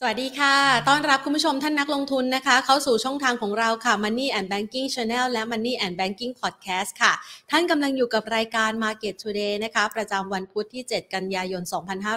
สวัสดีค่ะต้อนรับคุณผู้ชมท่านนักลงทุนนะคะเข้าสู่ช่องทางของเราค่ะ Money and Banking Channel และ Money and Banking Podcast ค่ะท่านกำลังอยู่กับรายการ Market Today นะคะประจำวันพุธที่7กันยายน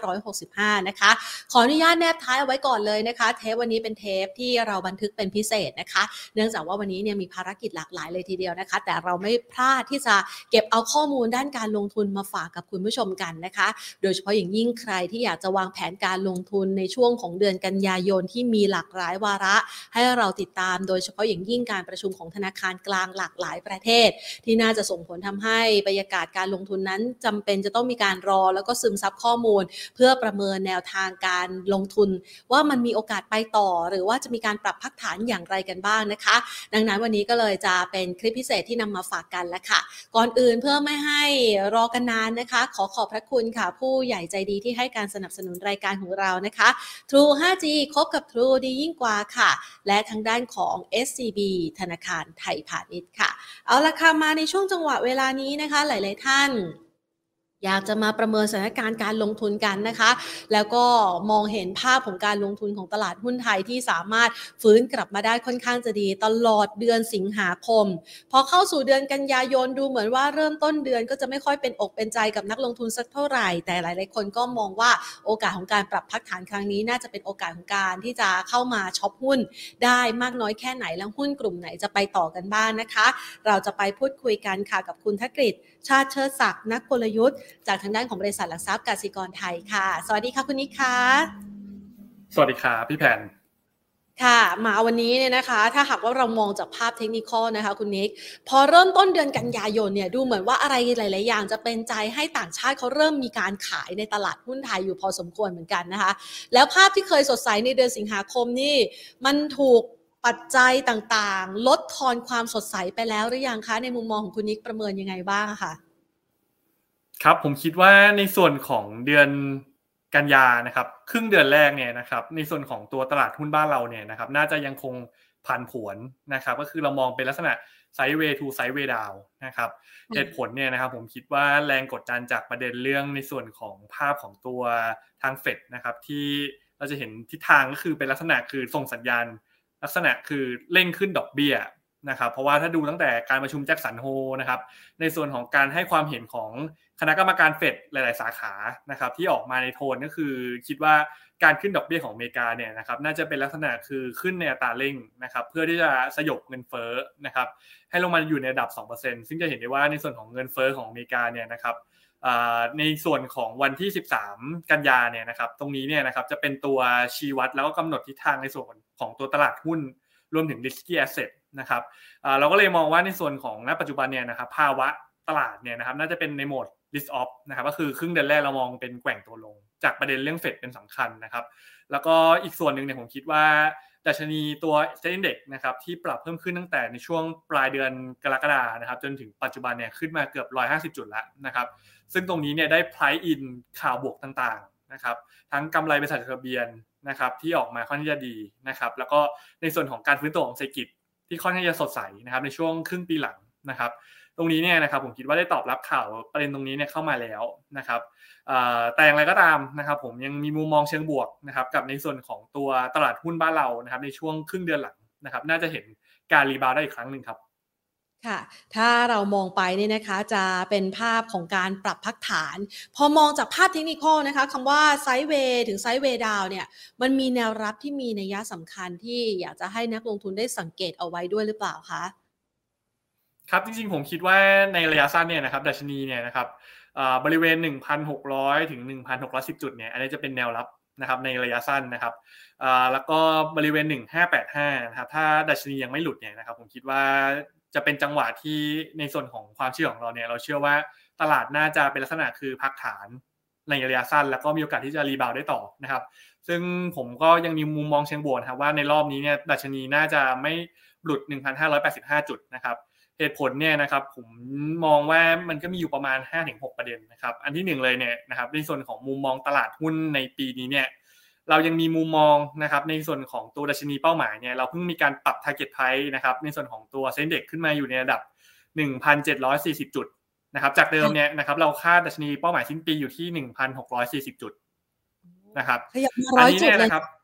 2565นะคะขออนุญาตแนบท้ายเอาไว้ก่อนเลยนะคะเทปวันนี้เป็นเทปที่เราบันทึกเป็นพิเศษนะคะเนื่องจากว่าวันนี้เนี่ยมีภารกิจหลากหลายเลยทีเดียวนะคะแต่เราไม่พลาดที่จะเก็บเอาข้อมูลด้านการลงทุนมาฝากกับคุณผู้ชมกันนะคะโดยเฉพาะอย่างยิ่งใครที่อยากจะวางแผนการลงทุนในช่วงของเดือนกันยายนที่มีหลากหลายวาระให้เราติดตามโดยเฉพาะอย่างยิ่งการประชุมของธนาคารกลางหลากหลายประเทศที่น่าจะส่งผลทำให้บรรยากาศการลงทุนนั้นจำเป็นจะต้องมีการรอแล้วก็ซึมซับข้อมูลเพื่อประเมินแนวทางการลงทุนว่ามันมีโอกาสไปต่อหรือว่าจะมีการปรับพักฐานอย่างไรกันบ้างนะคะดังนั้นวันนี้ก็เลยจะเป็นคลิปพิเศษที่นำมาฝากกันแล้วค่ะก่อนอื่นเพื่อไม่ให้รอกันนานนะคะขอบพระคุณค่ะผู้ใหญ่ใจดีที่ให้การสนับสนุนรายการของเรานะคะ True 5G คบกับ True ดียิ่งกว่าค่ะและทางด้านของ SCB ธนาคารไทยพาณิชย์ค่ะเอาละค่ะมาในช่วงจังหวะเวลานี้นะคะหลายๆท่านอยากจะมาประเมินสถานการณ์การลงทุนกันนะคะแล้วก็มองเห็นภาพของการลงทุนของตลาดหุ้นไทยที่สามารถฟื้นกลับมาได้ค่อนข้างจะดีตลอดเดือนสิงหาคมพอเข้าสู่เดือนกันยายนดูเหมือนว่าเริ่มต้นเดือนก็จะไม่ค่อยเป็นอกเป็นใจกับนักลงทุนสักเท่าไหร่แต่หลายๆคนก็มองว่าโอกาสของการปรับพักฐานครั้งนี้น่าจะเป็นโอกาสของการที่จะเข้ามาช็อปหุ้นได้มากน้อยแค่ไหนแล้วหุ้นกลุ่มไหนจะไปต่อกันบ้างนะคะเราจะไปพูดคุยกันค่ะกับคุณธกฤษชาติเชิดศักดิ์นักกลยุทธ์จากทางด้านของบริษัทหลักทรัพย์กสิกรไทยค่ะสวัสดีค่ะคุณนิกค่ะสวัสดีครับพี่แผนค่ะมาวันนี้เนี่ยนะคะถ้าหากว่าเรามองจากภาพเทคนิคนะคะคุณนิกพอเริ่มต้นเดือนกันยายนเนี่ยดูเหมือนว่าอะไรหลายๆอย่างจะเป็นใจให้ต่างชาติเขาเริ่มมีการขายในตลาดหุ้นไทยอยู่พอสมควรเหมือนกันนะคะแล้วภาพที่เคยสดใสในเดือนสิงหาคมนี่มันถูกปัจจัยต่างๆลดทอนความสดใสไปแล้วหรือยังคะในมุมมองของคุณนิกประเมินยังไงบ้างคะครับผมคิดว่าในส่วนของเดือนกันยานะครับครึ่งเดือนแรกเนี่ยนะครับในส่วนของตัวตลาดหุ้นบ้านเราเนี่ยนะครับน่าจะยังคงผันผวนนะครับก็คือเรามองเป็นลักษณะไซด์เวย์ทูไซด์เวย์ดาวนะครับเหตุผลเนี่ยนะครับผมคิดว่าแรงกดดันจากประเด็นเรื่องในส่วนของภาพของตัวทางเฟดนะครับที่เราจะเห็นทิศทางก็คือเป็นลักษณะคือส่งสัญญาณลักษณะคือเร่งขึ้นดอกเบี้ยนะครับเพราะว่าถ้าดูตั้งแต่การประชุมแจ็คสันโฮนะครับในส่วนของการให้ความเห็นของคณะกรรมการเฟดหลายๆสาขานะครับที่ออกมาในโทนก็คือคิดว่าการขึ้นดอกเบี้ยของอเมริกาเนี่ยนะครับน่าจะเป็นลักษณะคือขึ้นในอัตราเร่งนะครับเพื่อที่จะสยบเงินเฟ้อนะครับให้ลงมาอยู่ในระดับ 2% ซึ่งจะเห็นได้ว่าในส่วนของเงินเฟ้อของอเมริกาเนี่ยนะครับในส่วนของวันที่13กันยาเนี่ยนะครับตรงนี้เนี่ยนะครับจะเป็นตัวชี้วัดแล้วก็กำหนดทิศทางในส่วนของตัวตลาดหุ้นรวมถึง risky asset นะครับเราก็เลยมองว่าในส่วนของณปัจจุบันเนี่ยนะครับภาวะตลาดเนี่ยนะครับน่าจะเป็นในโหมด risk off นะครับก็คือครึ่งเดือนแรกเรามองเป็นแกว่งตัวลงจากประเด็นเรื่องเฟดเป็นสำคัญนะครับแล้วก็อีกส่วนหนึ่งเนี่ยผมคิดว่าดัชนีตัว Set Index นะครับที่ปรับเพิ่มขึ้นตั้งแต่ในช่วงปลายเดือนกรกฎาคมนะครับจนถึงปัจจุบันเนี่ยขึ้นมาเกือบ150จุดแล้วนะครับซึ่งตรงนี้เนี่ยได้ price in ข่าวบวกต่างๆนะครับทั้งกำไรบริษัทจดทะเบียนนะครับที่ออกมาค่อนข้างจะดีนะครับแล้วก็ในส่วนของการฟื้นตัวของเศรษฐกิจที่ค่อนข้างจะสดใสนะครับในช่วงครึ่งปีหลังนะครับตรงนี้เนี่ยนะครับผมคิดว่าได้ตอบรับข่าวประเด็นตรงนี้เนี่ยเข้ามาแล้วนะครับแต่อย่างไรก็ตามนะครับผมยังมีมุมมองเชิงบวกนะครับกับในส่วนของตัวตลาดหุ้นบ้านเรานะครับในช่วงครึ่งเดือนหลังนะครับน่าจะเห็นการรีบาวด์ได้อีกครั้งนึงครับค่ะถ้าเรามองไปเนี่ยนะคะจะเป็นภาพของการปรับพักฐานพอมองจากภาพเทคนิคนะคะคำว่าไซด์เวย์ถึงไซด์เวย์ดาวเนี่ยมันมีแนวรับที่มีนัยสำคัญที่อยากจะให้นักลงทุนได้สังเกตเอาไว้ด้วยหรือเปล่าคะครับจริงๆผมคิดว่าในระยะสั้นเนี่ยนะครับดัชนีเนี่ยนะครับบริเวณ 1,600 ถึง 1,610 จุดเนี่ยอันนี้จะเป็นแนวรับนะครับในระยะสั้นนะครับแล้วก็บริเวณ 1,585 นะครับถ้าดัชนียังไม่หลุดเนี่ยนะครับผมคิดว่าจะเป็นจังหวะที่ในส่วนของความเชื่อของเราเนี่ยเราเชื่อว่าตลาดน่าจะเป็นลักษณะคือพักฐานในระยะสั้นแล้วก็มีโอกาสที่จะรีบาวด์ได้ต่อนะครับซึ่งผมก็ยังมีมุมมองเชิงบวกนะครับว่าในรอบนี้เนี่ยดัชนีน่าจะไม่หลุด 1,585 จุดนะครับเหตุผลเนี่ยนะครับผมมองว่ามันก็มีอยู่ประมาณ 5-6 ประเด็นนะครับอันที่1เลยเนี่ยนะครับในส่วนของมุมมองตลาดหุ้นในปีนี้เนี่ยเรายังมีมุมมองนะครับในส่วนของตัวดัชนีเป้าหมายเนี่ยเราเพิ่งมีการปรับ target price นะครับในส่วนของตัว Sendex ขึ้นมาอยู่ในระดับ 1,740 จุดนะครับจากเดิมเนี่ยนะครับเราคาดดัชนีเป้าหมายสิ้นปีอยู่ที่ 1,640 จุดนะครับขยับมาอัน 100 นี้เนี่ยนะครับ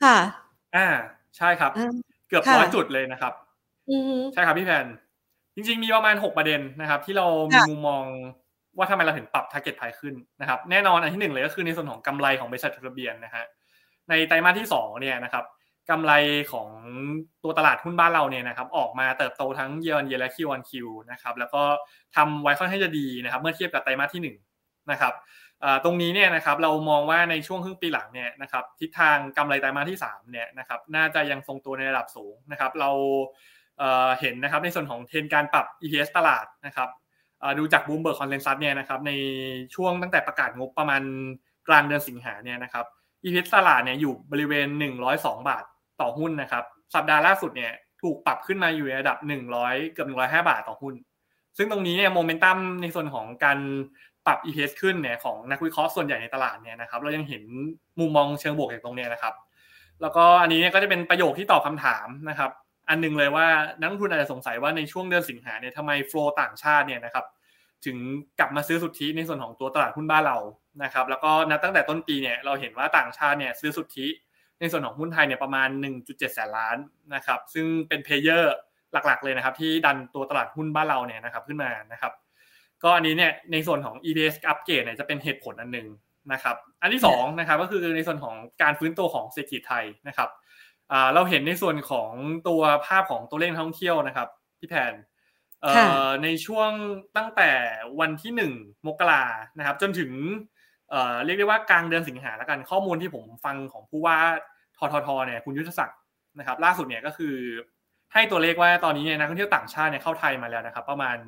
ค่ะใช่ครับเกือบ100 จุดเลยนะครับใช่ครับพี่แพนจริงๆมีประมาณ6ประเด็นนะครับที่เรามีมุมมองว่าทำไมเราถึงปรับ target price ขึ้นนะครับแน่นอนอันที่1เลยก็คือในส่วนของกำไรของบริษัทจดทะเบียนนะฮะในไตรมาสที่2เนี่ยนะครับกำไรของตัวตลาดหุ้นบ้านเราเนี่ยนะครับออกมาเติบโตทั้ง year on year และ Q on Q นะครับแล้วก็ทำไว้ค่อนข้างจะดีนะครับเมื่อเทียบกับไตรมาสที่1นะครับตรงนี้เนี่ยนะครับเรามองว่าในช่วงครึ่งปีหลังเนี่ยนะครับทิศทางกำไรไตรมาสที่3เนี่ยนะครับน่าจะยังทรงตัวในระดับสูงนะครับเราเห็นนะครับในส่วนของเทรนด์การปรับ EPS ตลาดนะครับดูจาก Bloomberg Consensus เนี่ยนะครับในช่วงตั้งแต่ประกาศงบประมาณกลางเดือนสิงหาเนี่ยนะครับ EPS ตลาดเนี่ยอยู่บริเวณ102 บาทต่อหุ้นนะครับสัปดาห์ล่าสุดเนี่ยถูกปรับขึ้นมาอยู่ในระดับ100เกือบ105 บาทต่อหุ้นซึ่งตรงนี้เนี่ยโมเมนตัมในส่วนของการปรับ EPS ขึ้นเนี่ยของนักวิเคราะห์ส่วนใหญ่ในตลาดเนี่ยนะครับเรายังเห็นมุมมองเชิงบวกอย่างตรงนี้นะครับแล้วก็อันนี้เนี่ยก็จะเป็นประโยคที่ตอบคำถามนะครับอันนึงเลยว่านักลงทุนอาจจะสงสัยว่าในช่วงเดือนสิงหาเนี่ยทำไมโฟลว์ต่างชาติเนี่ยนะครับถึงกลับมาซื้อสุทธิในส่วนของตัวตลาดหุ้นบ้านเรานะครับแล้วก็นับตั้งแต่ต้นปีเนี่ยเราเห็นว่าต่างชาติเนี่ยซื้อสุทธิในส่วนของหุ้นไทยเนี่ยประมาณ 1.7 แสนล้านนะครับซึ่งเป็นเพลเยอร์หลักๆเลยนะครับที่ดันตัวตลาดหุ้นบ้านเราเนี่ยนะครับขึ้นมานะครับก็อันนี้เนี่ยในส่วนของ EPS upgrade เนี่ยจะเป็นเหตุผลอันนึงนะครับอันที่2นะครับก็คือในส่วนของการฟื้นตัวของเศรษฐกิจไทยนะครับเราเห็นในส่วนของตัวภาพของตัวเลขท่องเที่ยวนะครับพี่แพนในช่วงตั้งแต่วันที่1 มกรานะครับจนถึงเรียกได้ว่ากลางเดือนสิงหาแล้วกันข้อมูลที่ผมฟังของผู้ว่าททเนี่ยคุณยุทธศักดิ์นะครับล่าสุดเนี่ยก็คือให้ตัวเลขว่าตอนนี้เนี่ยนักท่องเที่ยวต่างชาติเนี่ยเข้าไทยมาแล้วนะครับประมาณ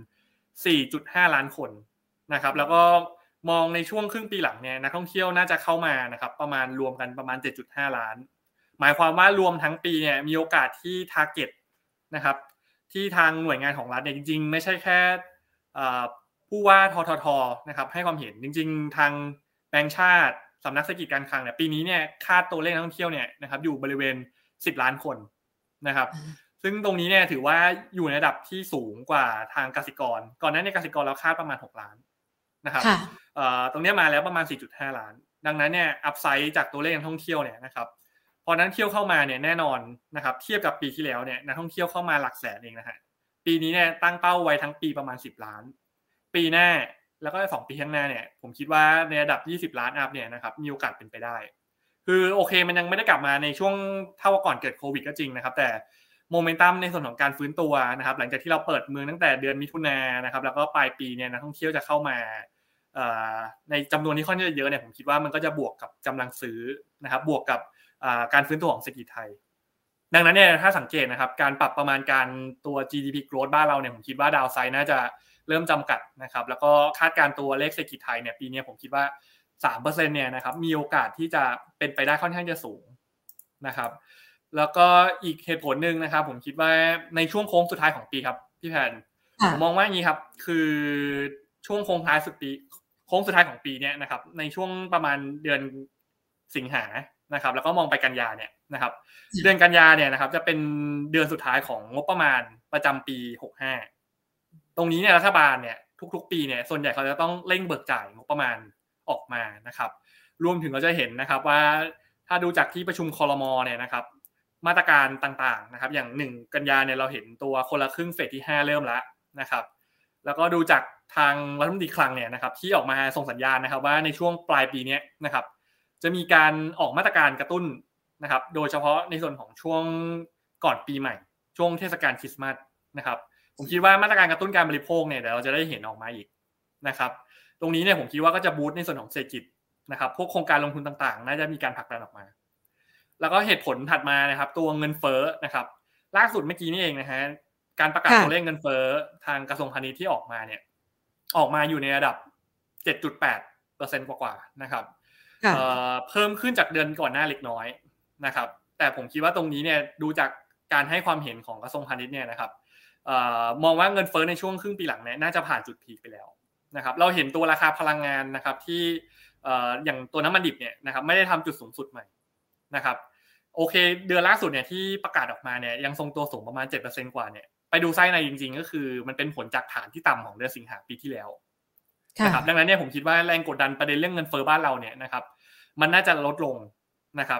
4.5 ล้านคนนะครับแล้วก็มองในช่วงครึ่งปีหลังเนี่ยนักท่องเที่ยวน่าจะเข้ามานะครับประมาณรวมกันประมาณ 7.5 ล้านหมายความว่ารวมทั้งปีเนี่ยมีโอกาสที่ target นะครับที่ทางหน่วยงานของรัฐเนี่ยจริงๆไม่ใช่แค่ผู้ว่าททนะครับให้ความเห็นจริงๆทางแบงก์ชาติสำนักเศรษฐกิจการคลังเนี่ยปีนี้เนี่ยคาดตัวเลขนักท่องเที่ยวเนี่ยนะครับอยู่บริเวณ10 ล้านคนนะครับซึ่งตรงนี้เนี่ยถือว่าอยู่ในระดับที่สูงกว่าทางกสิกรก่อนหน้านี้กสิกรเราคาดประมาณ6 ล้านนะครับตรงนี้มาแล้วประมาณ 4.5 ล้านดังนั้นเนี่ยอัพไซด์จากตัวเลขนักท่องเที่ยวเนี่ยนะครับพอนักท่องเที่ยวเข้ามาเนี่ยแน่นอนนะครับเทียบกับปีที่แล้วเนี่ยนักท่องเที่ยวเข้ามาหลักแสนเองนะฮะปีนี้เนี่ยตั้งเป้าไว้ทั้งปีประมาณ10 ล้านปีหน้าแล้วก็2 ปีข้างหน้าเนี่ยผมคิดว่าในระดับ20 ล้านอัพเนี่ยนะครับมีโอกาสเป็นไปได้คือโอเคมันยังไม่ได้กลับมาในช่วงเท่าก่อนเกิดโควิดก็จริงนะครับแต่โมเมนตัมในส่วนของการฟื้นตัวนะครับหลังจากที่เราเปิดเมืองตั้งแต่เดือนมิถุนายนนะครับแล้วก็ปลายปีเนี่ยนักท่องเที่ยวจะเข้ามาในจำนวนที่ค่อนข้างเยอะเนี่ยผมคิดว่ามันก็จะบวกกับกำลังซื้อนะครับบวกกับการฟื้นตัวของเศรษฐกิจไทยดังนั้นเนี่ยถ้าสังเกตนะครับการปรับประมาณการตัว GDP growth บ้านเราเนี่ยผมคิดว่าดาวไซด์น่าจะเริ่มจำกัดนะครับแล้วก็คาดการตัวเลขเศรษฐกิจไทยเนี่ยปีนี้ผมคิดว่า 3% เนี่ยนะครับมีโอกาสที่จะเป็นไปได้ค่อนข้างจะสูงนะครับแล้วก็อีกเหตุผลนึงนะครับผมคิดว่าในช่วงโค้งสุดท้ายของปีครับพี่แพนผมมองว่าอย่างนี้ครับคือช่วงโค้งสุดท้ายของปีเนี่ยนะครับในช่วงประมาณเดือนสิงหานะครับแล้วก็มองไปกันยาเนี่ยนะครับเดือนกันยาเนี่ยนะครับจะเป็นเดือนสุดท้ายของงบประมาณประจำปี65ตรงนี้เนี่ยรัฐบาลเนี่ยทุกๆปีเนี่ยส่วนใหญ่เขาจะต้องเร่งเบิกจ่ายงบประมาณออกมานะครับรวมถึงเราจะเห็นนะครับว่าถ้าดูจากที่ประชุมครม.เนี่ยนะครับมาตรการต่างๆนะครับอย่าง1กันยาเนี่ยเราเห็นตัวคนละครึ่งเฟสที่5เริ่มแล้วนะครับแล้วก็ดูจากทางรัฐมนตรีคลังเนี่ยนะครับที่ออกมาส่งสัญญาณนะครับว่าในช่วงปลายปีนี้นะครับจะมีการออกมาตรการกระตุ้นนะครับโดยเฉพาะในส่วนของช่วงก่อนปีใหม่ช่วงเทศกาลคริสต์มาสนะครับผมคิดว่ามาตรการกระตุ้นการบริโภคเนี่ยเดี๋ยวเราจะได้เห็นออกมาอีกนะครับตรงนี้เนี่ยผมคิดว่าก็จะบูสต์ในส่วนของเศรษฐกิจนะครับพวกโครงการลงทุนต่างๆน่าจะมีการผลักดันออกมาแล้วก็เหตุผลถัดมานะครับตัวเงินเฟ้อนะครับล่าสุดเมื่อกี้นี่เองนะฮะการประกาศตัวเลขเงินเฟ้อทางกระทรวงพาณิชย์ที่ออกมาเนี่ยออกมาอยู่ในระดับ 7.8% กว่าๆนะครับเพิ่มขึ้นจากเดือนก่อนหน้าเล็กน้อยนะครับแต่ผมคิดว่าตรงนี้เนี่ยดูจากการให้ความเห็นของกระทรวงพาณิชย์เนี่ยนะครับมองว่าเงินเฟ้อในช่วงครึ่งปีหลังเนี่ยน่าจะผ่านจุดพีคไปแล้วนะครับเราเห็นตัวราคาพลังงานนะครับที่อย่างตัวน้ำมันดิบเนี่ยนะครับไม่ได้ทำจุดสูงสุดใหม่นะครับโอเคเดือนล่าสุดเนี่ยที่ประกาศออกมาเนี่ยยังทรงตัวสูงประมาณ 7% กว่าเนี่ยไปดูไส้ในจริงๆก็คือมันเป็นผลจากฐานที่ต่ำของเดือนสิงหาปีที่แล้วนะครับดังนั้นเนี่ยผมคิดว่าแรงกดดันประเด็นเรื่องเงินเฟ้อบ้านเราเนี่ยนะครับมันน่าจะลดลงนะครับ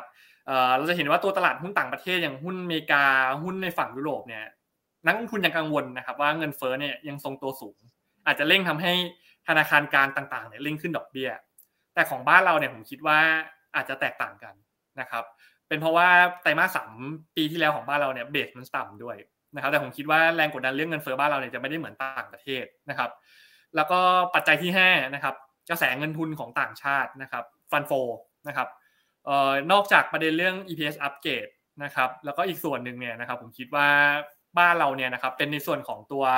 เราจะเห็นว่าตัวตลาดหุ้นต่างประเทศอย่างหุ้นอเมริกาหุ้นในฝั่งยุโรปเนี่ยนักลงทุนยังกังวลนะครับว่าเงินเฟ้อเนี่ยยังทรงตัวสูงอาจจะเร่งทำให้ธนาคารกลางต่างๆเนี่ยเร่งขึ้นดอกเบี้ยแต่ของบ้านเราเนี่ยผมคิดว่าอาจจะแตกต่างกันนะครับเป็นเพราะว่าไตรมาส3ปีที่แล้วของบ้านเราเนี่ยเบสมันต่ำด้วยนะครับแต่ผมคิดว่าแรงกดดันเรื่องเงินเฟ้อบ้านเราเนี่ยจะไม่ได้เหมือนต่างประเทศนะครับแล้วก็ปัจจัยที่5นะครับกระแสเงินทุนของต่างชาตินะครับฟันโฟนะครับนอกจากประเด็นเรื่อง EPS upgrade นะครับแล้วก็อีกส่วนหนึ่งเนี่ยนะครับผมคิดว่าบ้านเราเนี่ยนะครับเป็นในส่วนของตัว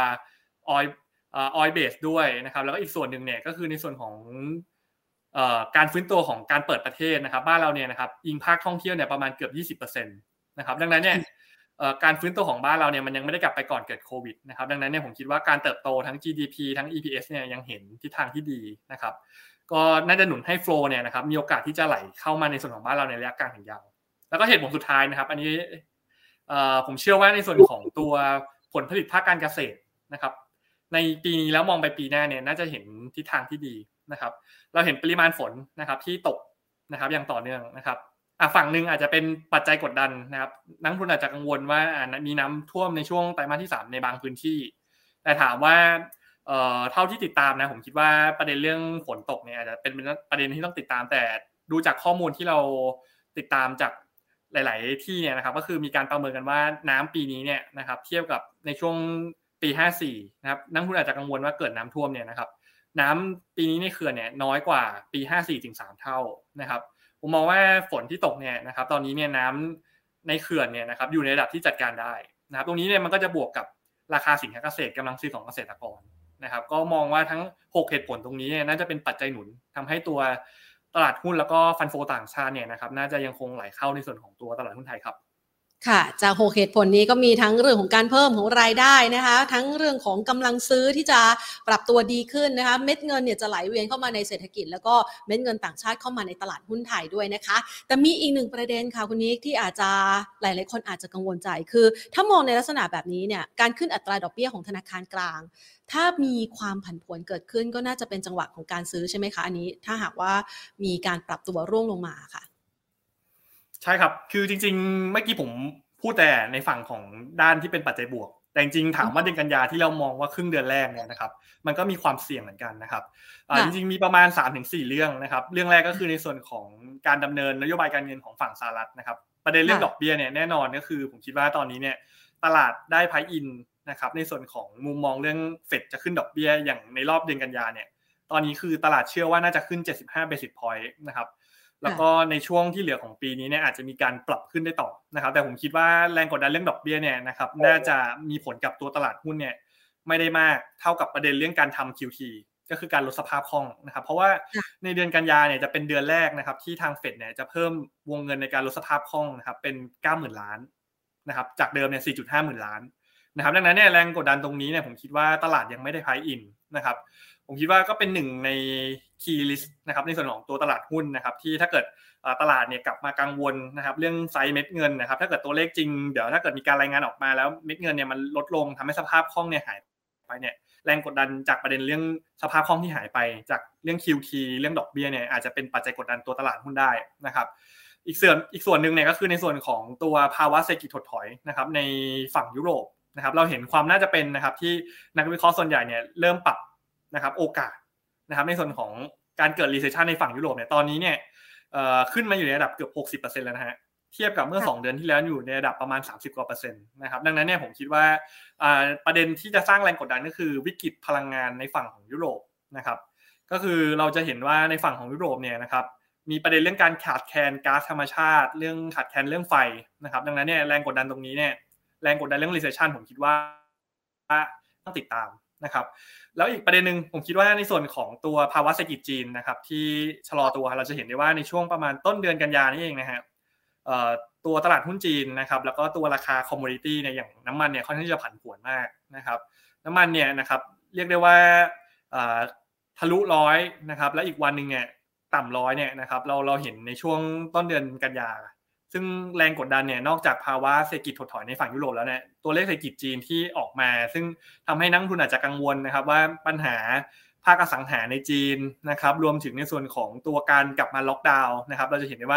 oil base ด้วยนะครับแล้วก็อีกส่วนหนึ่งเนี่ยก็คือในส่วนของการฟื้นตัวของการเปิดประเทศนะครับบ้านเราเนี่ยนะครับอิงภาคท่องเที่ยวเนี่ยประมาณเกือบ 20% นะครับดังนั้นเนี่ยการฟื้นตัวของบ้านเราเนี่ยมันยังไม่ได้กลับไปก่อนเกิดโควิดนะครับดังนั้นเนี่ยผมคิดว่าการเติบโตทั้ง GDP ทั้ง EPS เนี่ยยังเห็นทิศทางที่ดีนะครับก็น่าจะหนุนให้โฟลว์เนี่ยนะครับมีโอกาสที่จะไหลเข้ามาในส่วนของบ้านเราในระยะกลางถึงยาวแล้วก็เหตุผลสุดท้ายนะครับอันนี้ผมเชื่อว่าในส่วนของตัวผลผลิตภาคการเกษตรนะครับในปีนี้แล้วมองไปปีหน้าเนี่ยน่าจะเห็นทิศทางที่ดีนะครับเราเห็นปริมาณฝนนะครับที่ตกนะครับอย่างต่อเนื่องนะครับฝั่งนึงอาจจะเป็นปัจจัยกดดันนะครับนักลงทุนอาจจะกังวลว่ามีน้ำท่วมในช่วงไตรมาสที่3ในบางพื้นที่แต่ถามว่าเท่าที่ติดตามนะผมคิดว่าประเด็นเรื่องฝนตกเนี่ยอาจจะเป็นประเด็นที่ต้องติดตามแต่ดูจากข้อมูลที่เราติดตามจากหลายๆที่เนี่ยนะครับก็คือมีการประเมินกันว่าน้ำปีนี้เนี่ยนะครับเทียบกับในช่วงปี54นะครับนักลงทุนอาจจะกังวลว่าเกิดน้ำท่วมเนี่ยนะครับน้ำปีนี้ในเขื่อนเนี่ยน้อยกว่าปี54ถึง3เท่านะครับผมมองว่าฝนที่ตกเนี่ยนะครับตอนนี้เนี่ยน้ำในเขื่อนเนี่ยนะครับอยู่ในระดับที่จัดการได้นะครับตรงนี้เนี่ยมันก็จะบวกกับราคาสินค้าเกษตรกำลังซื้อของเกษตรกรนะครับก็มองว่าทั้ง6เหตุผลตรงนี้เนี่ยน่าจะเป็นปัจจัยหนุนทำให้ตัวตลาดหุ้นแล้วก็ฟันโฟต่างชาติเนี่ยนะครับน่าจะยังคงไหลเข้าในส่วนของตัวตลาดหุ้นไทยครับค่ะจาก6เหตุผลนี้ก็มีทั้งเรื่องของการเพิ่มของรายได้นะคะทั้งเรื่องของกำลังซื้อที่จะปรับตัวดีขึ้นนะคะเม็ดเงินเนี่ยจะไหลเวียนเข้ามาในเศรษฐกิจแล้วก็เม็ดเงินต่างชาติเข้ามาในตลาดหุ้นไทยด้วยนะคะแต่มีอีกหนึ่งประเด็นค่ะคุณนิกที่อาจจะหลายๆคนอาจจะกังวลใจคือถ้ามองในลักษณะแบบนี้เนี่ยการขึ้นอัตราดอกเบี้ยของธนาคารกลางถ้ามีความผันผวนเกิดขึ้นก็น่าจะเป็นจังหวะของการซื้อใช่ไหมคะอันนี้ถ้าหากว่ามีการปรับตัวร่วงลงมาค่ะใช่ครับคือจริงๆเมื่อกี้ผมพูดแต่ในฝั่งของด้านที่เป็นปัจจัยบวกแต่จริงๆถามว่าเดือนกันยาที่เรามองว่าครึ่งเดือนแรกเนี่ยนะครับมันก็มีความเสี่ยงเหมือนกันนะครับจริงๆมีประมาณ 3-4 เรื่องนะครับเรื่องแรกก็คือในส่วนของการดำเนินนโยบายการเงินของฝั่งสหรัฐนะครับประเด็นเรื่องดอกเบี้ยเนี่ยแน่นอนก็คือผมคิดว่าตอนนี้เนี่ยตลาดได้ไพรซ์อินนะครับในส่วนของมุมมองเรื่องเฟดจะขึ้นดอกเบี้ยอย่างในรอบเดือนกันยาเนี่ยตอนนี้คือตลาดเชื่อว่าน่าจะขึ้น75 basis point นะครับแล้วก็ในช่วงที่เหลือของปีนี้เนี่ยอาจจะมีการปรับขึ้นได้ต่อนะครับแต่ผมคิดว่าแรงกดดันเรื่องดอกเบี้ยเนี่ยนะครับน่าจะมีผลกับตัวตลาดหุ้นเนี่ยไม่ได้มากเท่ากับประเด็นเรื่องการทำ QT ก็คือการลดสภาพคล่องนะครับเพราะว่าในเดือนกันยาเนี่ยจะเป็นเดือนแรกนะครับที่ทางเฟดเนี่ยจะเพิ่มวงเงินในการลดสภาพคล่องนะครับเป็น 90,000 ล้านนะครับจากเดิมเนี่ย 4.5 หมื่นล้านนะครับดังนั้นเนี่ยแรงกดดันตรงนี้เนี่ยผมคิดว่าตลาดยังไม่ได้ไพรซ์อินนะครับผมคิดว่าก็เป็นหนึ่งใน key list นะครับในส่วนของตัวตลาดหุ้นนะครับที่ถ้าเกิดตลาดเนี่ยกลับมากังวลนะครับเรื่องไซส์เม็ดเงินนะครับถ้าเกิดตัวเลขจริงเดี๋ยวถ้าเกิดมีการรายงานออกมาแล้วเม็ดเงินเนี่ยมันลดลงทำให้สภาพคล่องเนี่ยหายไปเนี่ยแรงกดดันจากประเด็นเรื่องสภาพคล่องที่หายไปจากเรื่อง QT เรื่องดอกเบี้ยเนี่ยอาจจะเป็นปัจจัยกดดันตัวตลาดหุ้นได้นะครับอีกส่วนนึงเนี่ยก็คือในส่วนของตัวภาวะเศรษฐกิจถดถอยนะครับในฝั่งยุโรปนะครับเราเห็นความน่าจะเป็นนะครับที่นักวิเคราะห์ส่วนใหญ่เนี่ยเริ่มปรับนะครับโอกาสนะครับในส่วนของการเกิด recession ในฝั่งยุโรปเนี่ยตอนนี้เนี่ยขึ้นมาอยู่ในระดับเกือบ 60% แล้วนะฮะเทียบกับเมื่อ2เดือนที่แล้วอยู่ในระดับประมาณ30กว่า%นะครับดังนั้นเนี่ยผมคิดว่าประเด็นที่จะสร้างแรงกดดันก็คือวิกฤตพลังงานในฝั่งของยุโรปนะครับก็คือเราจะเห็นว่าในฝั่งของยุโรปเนี่ยนะครับมีประเด็นเรื่องการขาดแคลนก๊าซธรรมชาติเรื่องขาดแคลนเรื่องไฟนะครับดังนั้นเนี่ยแรงกดดันตรงนี้เนี่ยแรงกดดันเรื่อง recession ผมคิดว่าต้องติดตามนะครับแล้วอีกประเด็นนึงผมคิดว่าในส่วนของตัวภาวะเศรษฐกิจจีนนะครับที่ชะลอตัวเราจะเห็นได้ว่าในช่วงประมาณต้นเดือนกันยายนนี่เองนะฮะตัวตลาดหุ้นจีนนะครับแล้วก็ตัวราคาคอมโมดิตี้เนี่ยอย่างน้ำมันเนี่ยค่อนข้างจะผันผวนมากนะครับน้ำมันเนี่ยนะครับเรียกได้ว่าทะลุ100นะครับแล้วอีกวันนึงเนี่ยต่ำ100เนี่ยนะครับเราเห็นในช่วงต้นเดือนกันยาซึ่งแรงกดดันเนี่ยนอกจากภาวะเศรษฐกิจถดถอยในฝั่งยุโรปแล้วเนี่ยตัวเลขเศรษฐกิจจีนที่ออกมาซึ่งทำให้นักลงทุนอาจจะกังวลนะครับว่าปัญหาภาคอสังหาในจีนนะครับรวมถึงในส่วนของตัวการกลับมาล็อกดาวน์นะครับเราจะเห็นได้ว่า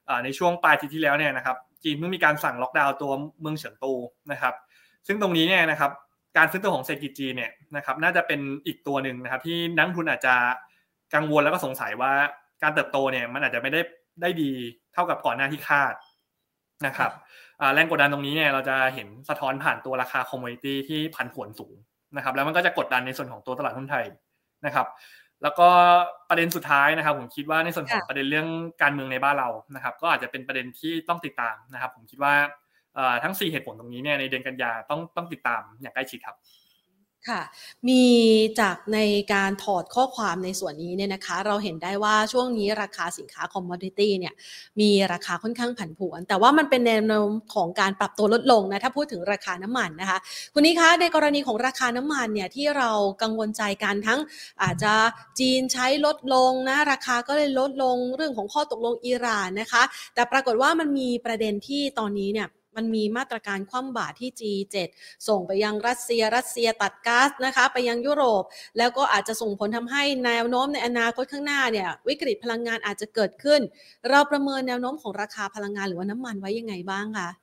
ในช่วงปลายอาทิตย์ที่แล้วเนี่ยนะครับจีนเพิ่งมีการสั่งล็อกดาวน์ตัวเมืองเฉิงตูนะครับซึ่งตรงนี้เนี่ยนะครับการฟื้นตัวของเศรษฐกิจจีนเนี่ยนะครับน่าจะเป็นอีกตัวหนึ่งนะครับที่นักลงทุนอาจจะกังวลแล้วก็สงสัยว่าการเติบโตเนี่ยมันอาจจะไม่ได้ดีเท่ากับก่อนหน้าที่คาดนะครับแรงกดดันตรงนี้เนี่ยเราจะเห็นสะท้อนผ่านตัวราคาคอมมูนิตี้ที่ผันผวนสูงนะครับแล้วมันก็จะกดดันในส่วนของตัวตลาดหุ้นไทยนะครับแล้วก็ประเด็นสุดท้ายนะครับผมคิดว่าในส่วนของประเด็นเรื่องการเมืองในบ้านเรานะครับก็อาจจะเป็นประเด็นที่ต้องติดตามนะครับผมคิดว่าทั้ง4เหตุผลตรงนี้เนี่ยในเดือนกันยาต้องติดตามอย่างใกล้ชิดครับค่ะมีจากในการถอดข้อความในส่วนนี้เนี่ยนะคะเราเห็นได้ว่าช่วงนี้ราคาสินค้าคอมมอดิตี้เนี่ยมีราคาค่อนข้างผันผวนแต่ว่ามันเป็นแนวโน้มของการปรับตัวลดลงนะถ้าพูดถึงราคาน้ำมันนะคะคุณนี้คะในกรณีของราคาน้ำมันเนี่ยที่เรากังวลใจกันทั้งอาจจะจีนใช้ลดลงนะราคาก็เลยลดลงเรื่องของข้อตกลงอิหร่านนะคะแต่ปรากฏว่ามันมีประเด็นที่ตอนนี้เนี่ยมันมีมาตรการคว่ำบาตรที่ G7 ส่งไปยังรัสเซียตัดก๊าซนะคะไปยังยุโรปแล้วก็อาจจะส่งผลทำให้แนวโน้มในอนาคตข้างหน้าเนี่ยวิกฤตพลังงานอาจจะเกิดขึ้นเราประเมินแนวโน้มของราคาพลังงานหรือว่าน้ำมันไว้ยังไงบ้างคะ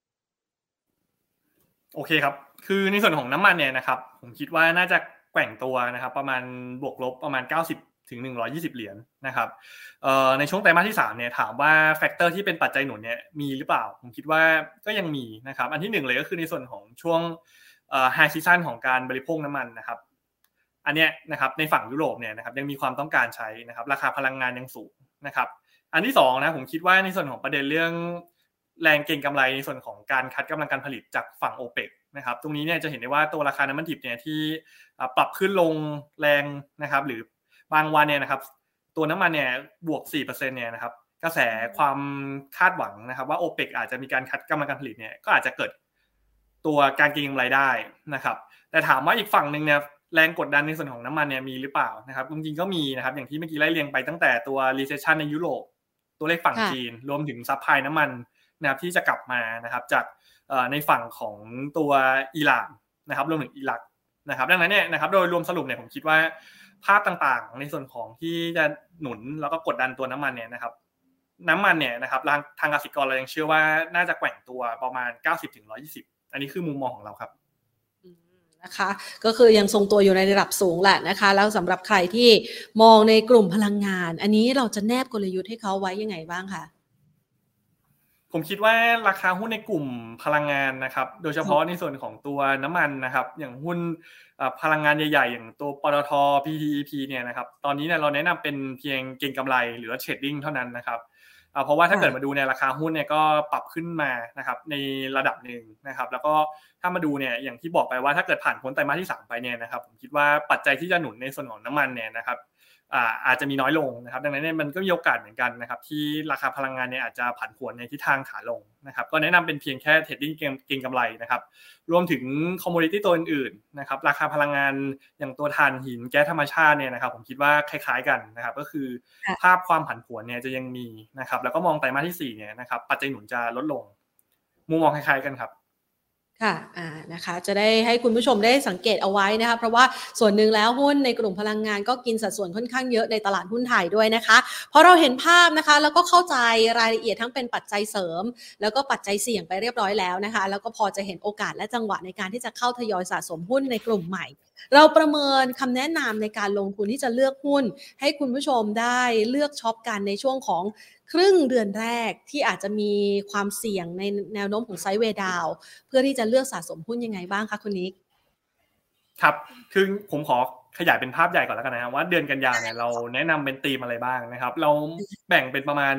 โอเคครับคือในส่วนของน้ำมันเนี่ยนะครับผมคิดว่าน่าจะแกว่งตัวนะครับประมาณบวกลบประมาณ90ถึง120เหรียญนะครับในช่วงไตรมาสที่3เนี่ยถามว่าแฟกเตอร์ที่เป็นปัจจัยหนุนเนี่ยมีหรือเปล่าผมคิดว่าก็ยังมีนะครับอันที่1เลยก็คือในส่วนของช่วงไฮซีซั่นของการบริโภคน้ำมันนะครับอันเนี้ยนะครับในฝั่งยุโรปเนี่ยนะครับยังมีความต้องการใช้นะครับราคาพลังงานยังสูงนะครับอันที่2นะผมคิดว่าในส่วนของประเด็นเรื่องแรงเก็งกำไรในส่วนของการคัดกำลังการผลิตจากฝั่ง OPEC นะครับตรงนี้เนี่ยจะเห็นได้ว่าตัวราคาน้ำมันดิบเนี่ยที่ปรับขึ้นลงแรงนะครับหรือบางวันเนี่ยนะครับตัวน้ำมันเนี่ยบวก 4% เนี่ยนะครับกระแสความคาดหวังนะครับว่า OPEC อาจจะมีการคัดกำลังการผลิตเนี่ยก็อาจจะเกิดตัวการเก็งกำไรได้นะครับแต่ถามว่าอีกฝั่งนึงเนี่ยแรงกดดันในส่วนของน้ำมันเนี่ยมีหรือเปล่านะครับจริงๆก็มีนะครับอย่างที่เมื่อกี้ไล่เรียงไปตั้งแต่ตัว recession ในยุโรปตัวเลขฝั่งจีนรวมถึงซัพพลายน้ำมันนะครับที่จะกลับมานะครับจากในฝั่งของตัวอิหร่านนะครับรวมถึงอิรักนะครับดังนั้นเนี่ยนะครับโดยรวมสรุปเนี่ยผมคิดว่าภาพต่างๆในส่วนของที่จะหนุนแล้วก็กดดันตัวน้ำมันเนี่ยนะครับน้ำมันเนี่ยนะครับทางกสิกรเรายังเชื่อว่าน่าจะแกว่งตัวประมาณ90ถึง120อันนี้คือมุมมองของเราครับนะคะก็คือยังทรงตัวอยู่ในระดับสูงแหละนะคะแล้วสำหรับใครที่มองในกลุ่มพลังงานอันนี้เราจะแนบกลยุทธ์ให้เขาไว้ยังไงบ้างคะผมคิดว่าราคาหุ้นในกลุ่มพลังงานนะครับโดยเฉพาะในส่วนของตัวน้ำมันนะครับอย่างหุ้นพลังงานใหญ่ๆอย่างตัวปตท PTTEP เนี่ยนะครับตอนนี้เนี่ยเราแนะนำเป็นเพียงเก็งกำไรหรือว่าเทรดดิ้งเท่านั้นนะครับเพราะว่าถ้าเกิดมาดูในราคาหุ้นเนี่ยก็ปรับขึ้นมานะครับในระดับหนึ่งนะครับแล้วก็ถ้ามาดูเนี่ยอย่างที่บอกไปว่าถ้าเกิดผ่านพ้นไตรมาสที่3ไปเนี่ยนะครับผมคิดว่าปัจจัยที่จะหนุนในส่วนของน้ำมันเนี่ยนะครับอาจจะมีน้อยลงนะครับดังนั้นเนี่ยมันก็มีโอกาสเหมือนกันนะครับที่ราคาพลังงานเนี่ยอาจจะผันผวนในทิศทางขาลงนะครับก็แนะนำเป็นเพียงแค่เทรดดิ้งเก็งกำไรนะครับรวมถึงคอมมูนิตี้ตัวอื่นๆนะครับราคาพลังงานอย่างตัวถ่านหินแก๊สธรรมชาติเนี่ยนะครับผมคิดว่าคล้ายๆกันนะครับก็คือภาพความผันผวนเนี่ยจะยังมีนะครับแล้วก็มองไตรมาสที่4เนี่ยนะครับปัจจัยหนุนจะลดลงมุมมองคล้ายๆกันครับค่ะนะคะจะได้ให้คุณผู้ชมได้สังเกตเอาไว้นะคะเพราะว่าส่วนหนึ่งแล้วหุ้นในกลุ่มพลังงานก็กินสัดส่วนค่อนข้างเยอะในตลาดหุ้นไทยด้วยนะคะพอเราเห็นภาพนะคะแล้วก็เข้าใจรายละเอียดทั้งเป็นปัจจัยเสริมแล้วก็ปัจจัยเสี่ยงไปเรียบร้อยแล้วนะคะแล้วก็พอจะเห็นโอกาสและจังหวะในการที่จะเข้าทยอยสะสมหุ้นในกลุ่มใหม่เราประเมินคำแนะนำในการลงทุนที่จะเลือกหุ้นให้คุณผู้ชมได้เลือกช็อปกันในช่วงของครึ่งเดือนแรกที่อาจจะมีความเสี่ยงในแนวโน้มของไซด์เวย์ดาวน์เพื่อที่จะเลือกสะสมหุ้นยังไงบ้างคะคุณนิกครับคือผมขอขยายเป็นภาพใหญ่ก่อนแล้วกันนะครับว่าเดือนกันยาเนี่ยเราแนะนำเป็นธีมอะไรบ้างนะครับเราแบ่งเป็นประมาณ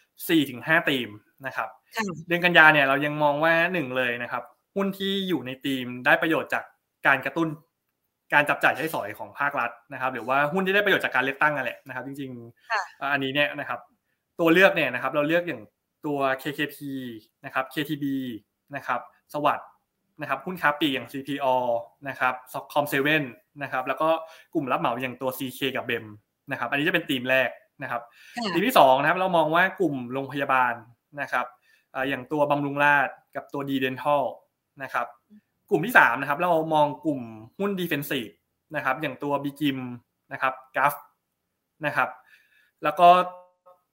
4-5 ธีมนะครับเดือนกันยาเนี่ยเรายังมองว่า1เลยนะครับหุ้นที่อยู่ในธีมได้ประโยชน์จากการกระตุ้นการจับจ่ายใช้สอยของภาครัฐนะครับหรือว่าหุ้นที่ได้ประโยชน์จากการเลือกตั้งนั่นแหละนะครับจริงๆอันนี้เนี่ยนะครับตัวเลือกเนี่ยนะครับเราเลือกอย่างตัว KKP นะครับ KTB นะครับสวัสด์นะครับหุ้นค้าปลีกอย่าง CPO นะครับ Com7 นะครับแล้วก็กลุ่มรับเหมาอย่างตัว CK กับ BEM นะครับอันนี้จะเป็นธีมแรกนะครับธีมที่2นะครับเรามองว่ากลุ่มโรงพยาบาลนะครับอย่างตัวบำรุงราษฎร์กับตัว D Dental นะครับกลุ่มที่3นะครับเรามองกลุ่มหุ้น Defensive นะครับอย่างตัว BGIM นะครับ GAF นะครับแล้วก็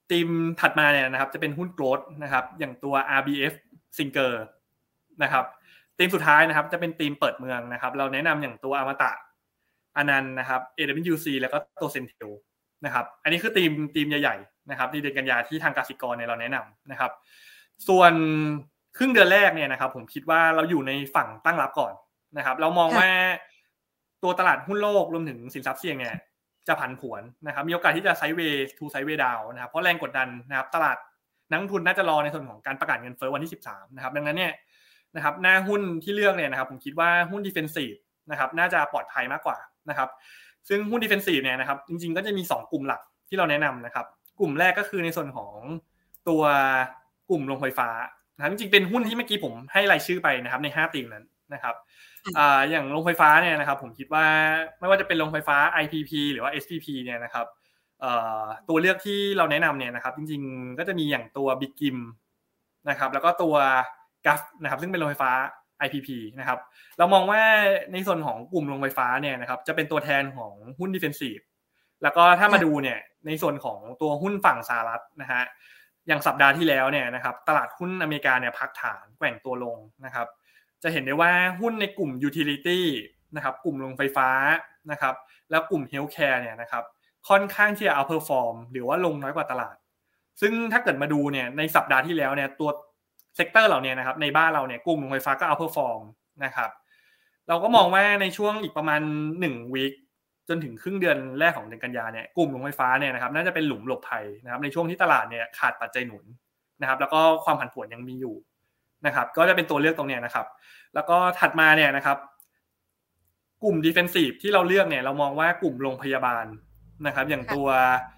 ธีมถัดมาเนี่ยนะครับจะเป็นหุ้นโกลด์นะครับอย่างตัว RBF Singer นะครับธีมสุดท้ายนะครับจะเป็นธีมเปิดเมืองนะครับเราแนะนำอย่างตัวอมตะอนันต์นะครับ AWC แล้วก็ตัวเซนเทลนะครับอันนี้คือธีมใหญ่ๆนะครับในเดือนกันยาที่ทางกสิกรเนี่ยเราแนะนำนะครับส่วนครึ่งเดือนแรกเนี่ยนะครับผมคิดว่าเราอยู่ในฝั่งตั้งรับก่อนนะครับเรามองว่าตัวตลาดหุ้นโลกรวมถึงสินทรัพย์เสี่ยงเนี่ยจะผันผวนนะครับมีโอกาสที่จะไซด์เวย์ทูไซด์เวย์ดาวนะครับเพราะแรงกดดันนะครับตลาดนักลงทุนน่าจะรอในส่วนของการประกาศเงินเฟ้อวันที่13นะครับดังนั้นเนี่ยนะครับหน้าหุ้นที่เลือกเนี่ยนะครับผมคิดว่าหุ้นดิเฟนซีฟนะครับน่าจะปลอดภัยมากกว่านะครับซึ่งหุ้นดิเฟนซีฟเนี่ยนะครับจริงๆก็จะมี2กลุ่มหลักที่เราแนะนำนะครับกลุ่มแรกก็คือในส่วนของตัวกลุ่มโรงไฟฟ้านะครับจริงๆเป็นหุ้นที่เมื่อกี้ผมให้รายชื่อไปนะครับใน5ธีมนั้นนะครับอย่างโรงไฟฟ้าเนี่ยนะครับผมคิดว่าไม่ว่าจะเป็นโรงไฟฟ้า IPP หรือว่า SPP เนี่ยนะครับตัวเลือกที่เราแนะนำเนี่ยนะครับจริงๆก็จะมีอย่างตัว Big Gim นะครับแล้วก็ตัว GAF นะครับซึ่งเป็นโรงไฟฟ้า IPP นะครับเรามองว่าในส่วนของกลุ่มโรงไฟฟ้าเนี่ยนะครับจะเป็นตัวแทนของหุ้น Defensive แล้วก็ถ้ามาดูเนี่ยในส่วนของตัวหุ้นฝั่งสหรัฐนะฮะอย่างสัปดาห์ที่แล้วเนี่ยนะครับตลาดหุ้นอเมริกาเนี่ยพักฐานแกว่งตัวลงนะครับจะเห็นได้ว่าหุ้นในกลุ่ม utility นะครับกลุ่มโรงไฟฟ้านะครับแล้วกลุ่ม healthcare เนี่ยนะครับค่อนข้างที่จะ outperform หรือว่าลงน้อยกว่าตลาดซึ่งถ้าเกิดมาดูเนี่ยในสัปดาห์ที่แล้วเนี่ยตัวเซกเตอร์เหล่านี้นะครับในบ้านเราเนี่ยกลุ่มโรงไฟฟ้าก็ outperform นะครับเราก็มองว่าในช่วงอีกประมาณ1 วีคจนถึงครึ่งเดือนแรกของเดือนกันยาเนี่ยกลุ่มโรงไฟฟ้าเนี่ยนะครับน่าจะเป็นหลุมหลบภัยนะครับในช่วงที่ตลาดเนี่ยขาดปัจจัยหนุนนะครับแล้วก็ความผันผวนยังมีอยู่นะครับก็จะเป็นตัวเลือกตรงนี้นะครับแล้วก็ถัดมาเนี่ยนะครับกลุ่ม defensive ที่เราเลือกเนี่ยเรามองว่ากลุ่มโรงพยาบาลนะครับอย่างตัว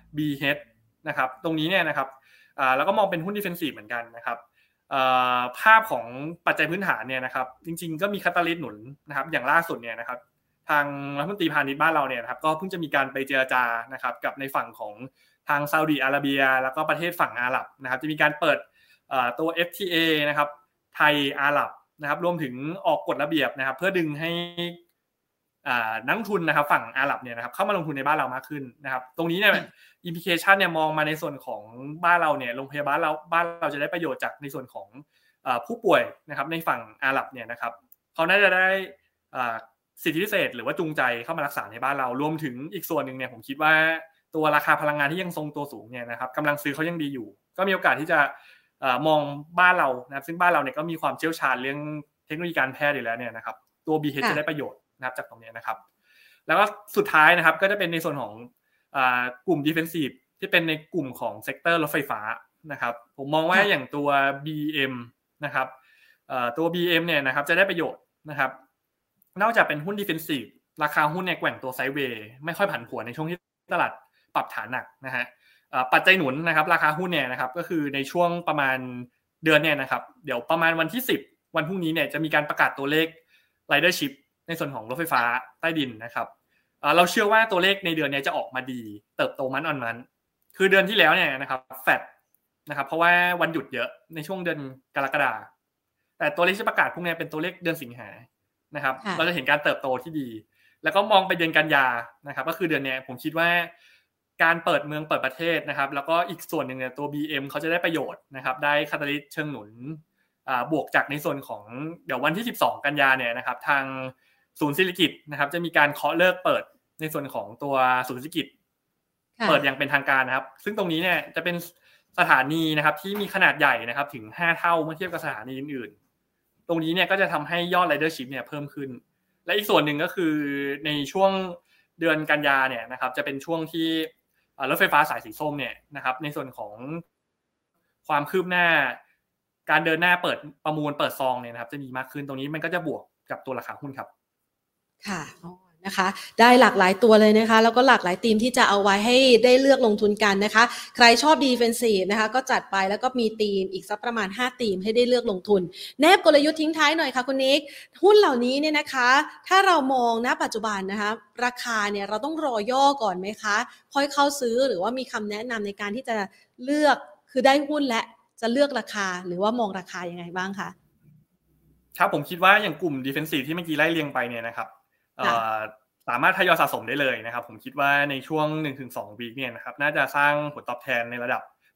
BH นะครับตรงนี้เนี่ยนะครับแล้วก็มองเป็นหุ้น defensive เหมือนกันนะครับภาพของปัจจัยพื้นฐานเนี่ยนะครับจริงๆก็มีคาตาลิสต์หนุนนะครับอย่างล่าสุดเนี่ยนะครับทางรัฐมนตรีพาณิชย์บ้านเราเนี่ยนะครับก็เพิ่งจะมีการไปเจรจานะครับกับในฝั่งของทางซาอุดิอาระเบียแล้วก็ประเทศฝั่งอาหรับนะครับจะมีการเปิดตัว FTA นะครับไทยอาหรับนะครับรวมถึงออกกฎระเบียบนะครับเพื่อดึงให้นักลงทุนนะครับฝั่งอาหรับเนี่ยนะครับเข้ามาลงทุนในบ้านเรามากขึ้นนะครับตรงนี้เนี่ยอิมพิเคชันเนี่ยมองมาในส่วนของบ้านเราเนี่ยโรงพยาบาลเราจะได้ประโยชน์จากในส่วนของผู้ป่วยนะครับในฝั่งอาหรับเนี่ยนะครับเขาน่าจะได้สิทธิพิเศษหรือว่าจูงใจเข้ามารักษาในบ้านเรารวมถึงอีกส่วนหนึ่งเนี่ยผมคิดว่าตัวราคาพลังงานที่ยังทรงตัวสูงเนี่ยนะครับกำลังซื้อเขายังดีอยู่ก็มีโอกาสที่จะมองบ้านเรานะครับซึ่งบ้านเราเนี่ยก็มีความเชี่ยวชาญเรื่องเทคโนโลยีการแพทย์อยู่แล้วเนี่ยนะครับตัว BH จะได้ประโยชน์นะครับจากตรงนี้นะครับแล้วก็สุดท้ายนะครับก็จะเป็นในส่วนของกลุ่ม defensive ที่เป็นในกลุ่มของเซกเตอร์รถไฟฟ้านะครับผมมองว่าอย่างตัว BM นะครับตัว BM เนี่ยนะครับจะได้ประโยชน์นะครับนอกจากเป็นหุ้น defensive ราคาหุ้นเนี่ยแกว่งตัวไซด์เวย์ไม่ค่อยผันผวนในช่วงที่ตลาดปรับฐานหนักนะฮะปัจจัยหนุนนะครับราคาหุ้นเนี่ยนะครับก็คือในช่วงประมาณเดือนเนี่ยนะครับเดี๋ยวประมาณวันที่10วันพรุ่งนี้เนี่ยจะมีการประกาศตัวเลข ridership ในส่วนของรถไฟฟ้าใต้ดินนะครับเราเชื่อว่าตัวเลขในเดือนนี้จะออกมาดีเติบโตมันออนมันคือเดือนที่แล้วเนี่ยนะครับแฟดนะครับเพราะว่าวันหยุดเยอะในช่วงเดือนกรกฎาคมแต่ตัวเลขที่ประกาศพวกนี้เป็นตัวเลขเดือนสิงหานะครับเราจะเห็นการเติบโตที่ดีแล้วก็มองไปเดือนกันยานะครับก็คือเดือนนี้ผมคิดว่าการเปิดเมืองเปิดประเทศนะครับแล้วก็อีกส่วนหนึ่งเนี่ยตัว BM เขาจะได้ประโยชน์นะครับได้คาตาลิสต์เชิงหนุนบวกจากในส่วนของเดี๋ยววันที่12กันยาเนี่ยนะครับทางศูนย์เศรษฐกิจนะครับจะมีการเคาะเลิกเปิดในส่วนของตัวศูนย์เศรษฐกิจเปิดอย่างเป็นทางการนะครับซึ่งตรงนี้เนี่ยจะเป็นสถานีนะครับที่มีขนาดใหญ่นะครับถึง5เท่าเมื่อเทียบกับสถานีอื่นๆตรงนี้เนี่ยก็จะทำให้ยอด ridership เนี่ยเพิ่มขึ้นและอีกส่วนหนึ่งก็คือในช่วงเดือนกันยาเนี่ยนะครับจะเป็นช่วงที่รถไฟฟ้าสายสีส้มเนี่ยนะครับในส่วนของความคืบหน้าการเดินหน้าเปิดประมูลเปิดซองเนี่ยนะครับจะมีมากขึ้นตรงนี้มันก็จะบวกกับตัวราคาหุ้นครับค่ะนะคะได้หลากหลายตัวเลยนะคะแล้วก็หลากหลายธีมที่จะเอาไว้ให้ได้เลือกลงทุนกันนะคะใครชอบ Defensive นะคะก็จัดไปแล้วก็มีธีมอีกสักประมาณ5ธีมให้ได้เลือกลงทุนแนบกลยุทธ์ทิ้งท้ายหน่อยค่ะคุณนิกหุ้นเหล่านี้เนี่ยนะคะถ้าเรามองณปัจจุบันนะคะราคาเนี่ยเราต้องรอย่อก่อนไหมคะค่อยเข้าซื้อหรือว่ามีคำแนะนำในการที่จะเลือกคือได้หุ้นและจะเลือกราคาหรือว่ามองราคายังไงบ้างคะครับผมคิดว่าอย่างกลุ่ม Defensive ที่เมื่อกี้ไล่เรียงไปเนี่ยนะครับสามารถทยอยสะสมได้เลยนะครับผมคิดว่าในช่วง 1-2 วีคเนี่ยนะครับน่าจะสร้างผลตอบแทนในระดับ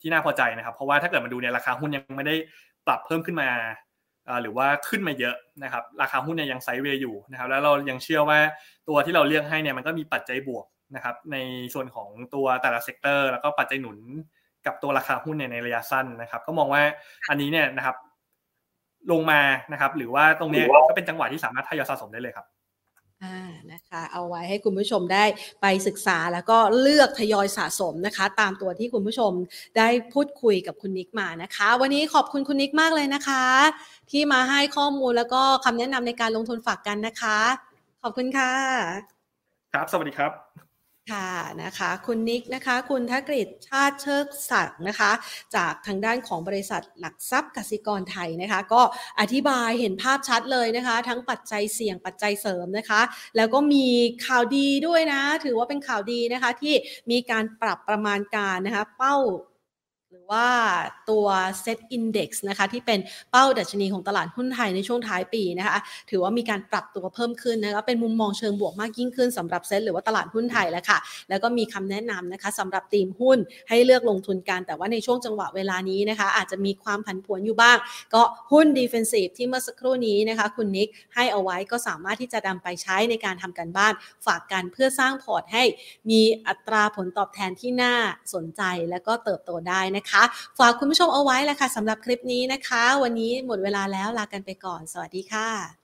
ที่น่าพอใจนะครับเพราะว่าถ้าเกิดมาดูเนี่ยราคาหุ้นยังไม่ได้ปรับเพิ่มขึ้นมาหรือว่าขึ้นมาเยอะนะครับราคาหุ้นเนี่ยยังไซด์เวย์อยู่นะครับแล้วเรายังเชื่อว่าตัวที่เราเลือกให้เนี่ยมันก็มีปัจจัยบวกนะครับในส่วนของตัวแต่ละเซกเตอร์แล้วก็ปัจจัยหนุนกับตัวราคาหุ้นในระยะสั้นนะครับก็มองว่าอันนี้เนี่ยนะครับลงมานะครับหรือว่าตรงนี้ก็เป็นจังหวะที่สามารถทยอยสะสมได้เลยครับนะคะเอาไว้ให้คุณผู้ชมได้ไปศึกษาแล้วก็เลือกทยอยสะสมนะคะตามตัวที่คุณผู้ชมได้พูดคุยกับคุณนิกมานะคะวันนี้ขอบคุณคุณนิกมากเลยนะคะที่มาให้ข้อมูลแล้วก็คำแนะนำในการลงทุนฝากกันนะคะขอบคุณค่ะครับสวัสดีครับค่ะนะคะคุณนิกนะคะคุณธกฤษชาติเชิดศักดิ์นะคะจากทางด้านของบริษัทหลักทรัพย์กสิกรไทยนะคะก็อธิบายเห็นภาพชัดเลยนะคะทั้งปัจจัยเสี่ยงปัจจัยเสริมนะคะแล้วก็มีข่าวดีด้วยนะถือว่าเป็นข่าวดีนะคะที่มีการปรับประมาณการนะคะเป้าหรือว่าตัว Set Index นะคะที่เป็นเป้าดัชนีของตลาดหุ้นไทยในช่วงท้ายปีนะคะถือว่ามีการปรับตัวเพิ่มขึ้นนะคะเป็นมุมมองเชิงบวกมากยิ่งขึ้นสำหรับเซ็ตหรือว่าตลาดหุ้นไทยแล้วค่ะแล้วก็มีคำแนะนำนะคะสำหรับทีมหุ้นให้เลือกลงทุนกันแต่ว่าในช่วงจังหวะเวลานี้นะคะอาจจะมีความผันผวนอยู่บ้างก็หุ้น Defensive ที่เมื่อสักครู่นี้นะคะคุณนิกให้เอาไว้ก็สามารถที่จะนำไปใช้ในการทำการบ้านฝากกันเพื่อสร้างพอร์ตให้มีอัตราผลตอบแทนที่น่าสนใจและก็เติบโตได้นะคะฝากคุณผู้ชมเอาไว้แหละค่ะสำหรับคลิปนี้นะคะวันนี้หมดเวลาแล้วลากันไปก่อนสวัสดีค่ะ